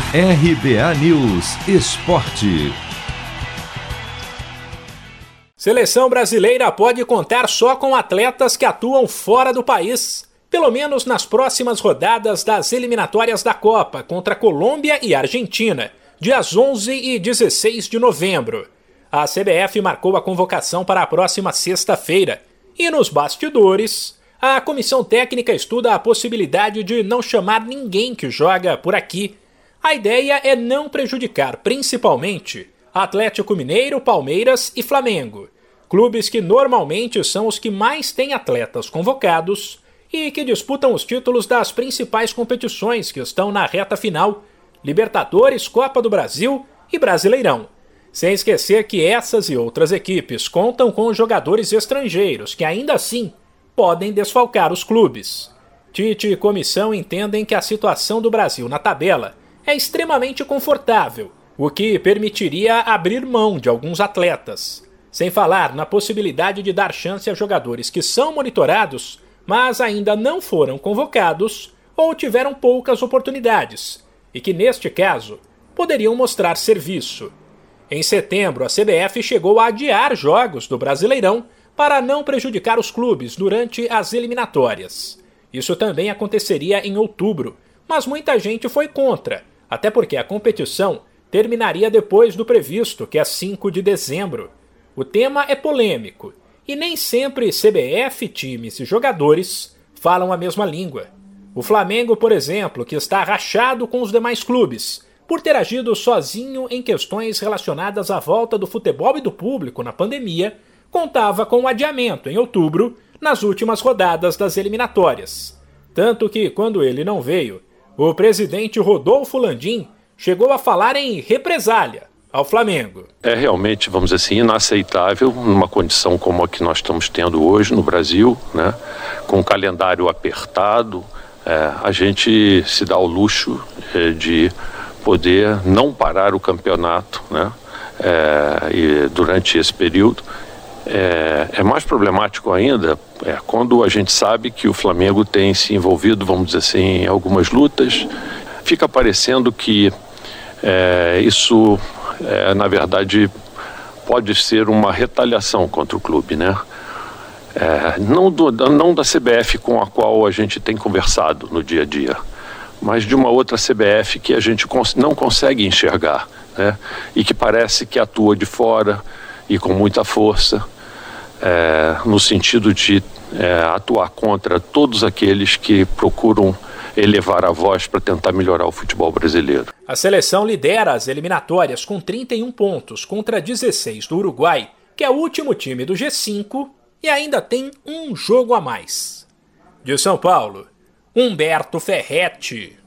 RBA News Esporte. Seleção brasileira pode contar só com atletas que atuam fora do país, pelo menos nas próximas rodadas das eliminatórias da Copa contra Colômbia e Argentina, dias 11 e 16 de novembro. A CBF marcou a convocação para a próxima sexta-feira e, nos bastidores, a comissão técnica estuda a possibilidade de não chamar ninguém que joga por aqui. A ideia é não prejudicar, principalmente, Atlético Mineiro, Palmeiras e Flamengo, clubes que normalmente são os que mais têm atletas convocados e que disputam os títulos das principais competições que estão na reta final, Libertadores, Copa do Brasil e Brasileirão. Sem esquecer que essas e outras equipes contam com jogadores estrangeiros que ainda assim podem desfalcar os clubes. Tite e comissão entendem que a situação do Brasil na tabela é extremamente confortável, o que permitiria abrir mão de alguns atletas. Sem falar na possibilidade de dar chance a jogadores que são monitorados, mas ainda não foram convocados ou tiveram poucas oportunidades, e que neste caso poderiam mostrar serviço. Em setembro, a CBF chegou a adiar jogos do Brasileirão para não prejudicar os clubes durante as eliminatórias. Isso também aconteceria em outubro, mas muita gente foi contra, até porque a competição terminaria depois do previsto, que é 5 de dezembro. O tema é polêmico, e nem sempre CBF, times e jogadores falam a mesma língua. O Flamengo, por exemplo, que está rachado com os demais clubes, por ter agido sozinho em questões relacionadas à volta do futebol e do público na pandemia, contava com um adiamento em outubro nas últimas rodadas das eliminatórias. Tanto que, quando ele não veio, o presidente Rodolfo Landim chegou a falar em represália ao Flamengo. É realmente, vamos dizer assim, inaceitável numa condição como a que nós estamos tendo hoje no Brasil, né? Com um calendário apertado, a gente se dá o luxo de poder não parar o campeonato, né? E durante esse período. É mais problemático ainda quando a gente sabe que o Flamengo tem se envolvido, vamos dizer assim, em algumas lutas. Fica parecendo que isso, na verdade, pode ser uma retaliação contra o clube, né? Não da CBF com a qual a gente tem conversado no dia a dia, mas de uma outra CBF que a gente não consegue enxergar, né? E que parece que atua de fora e com muita força, no sentido de atuar contra todos aqueles que procuram elevar a voz para tentar melhorar o futebol brasileiro. A seleção lidera as eliminatórias com 31 pontos contra 16 do Uruguai, que é o último time do G5 e ainda tem um jogo a mais. De São Paulo, Humberto Ferretti.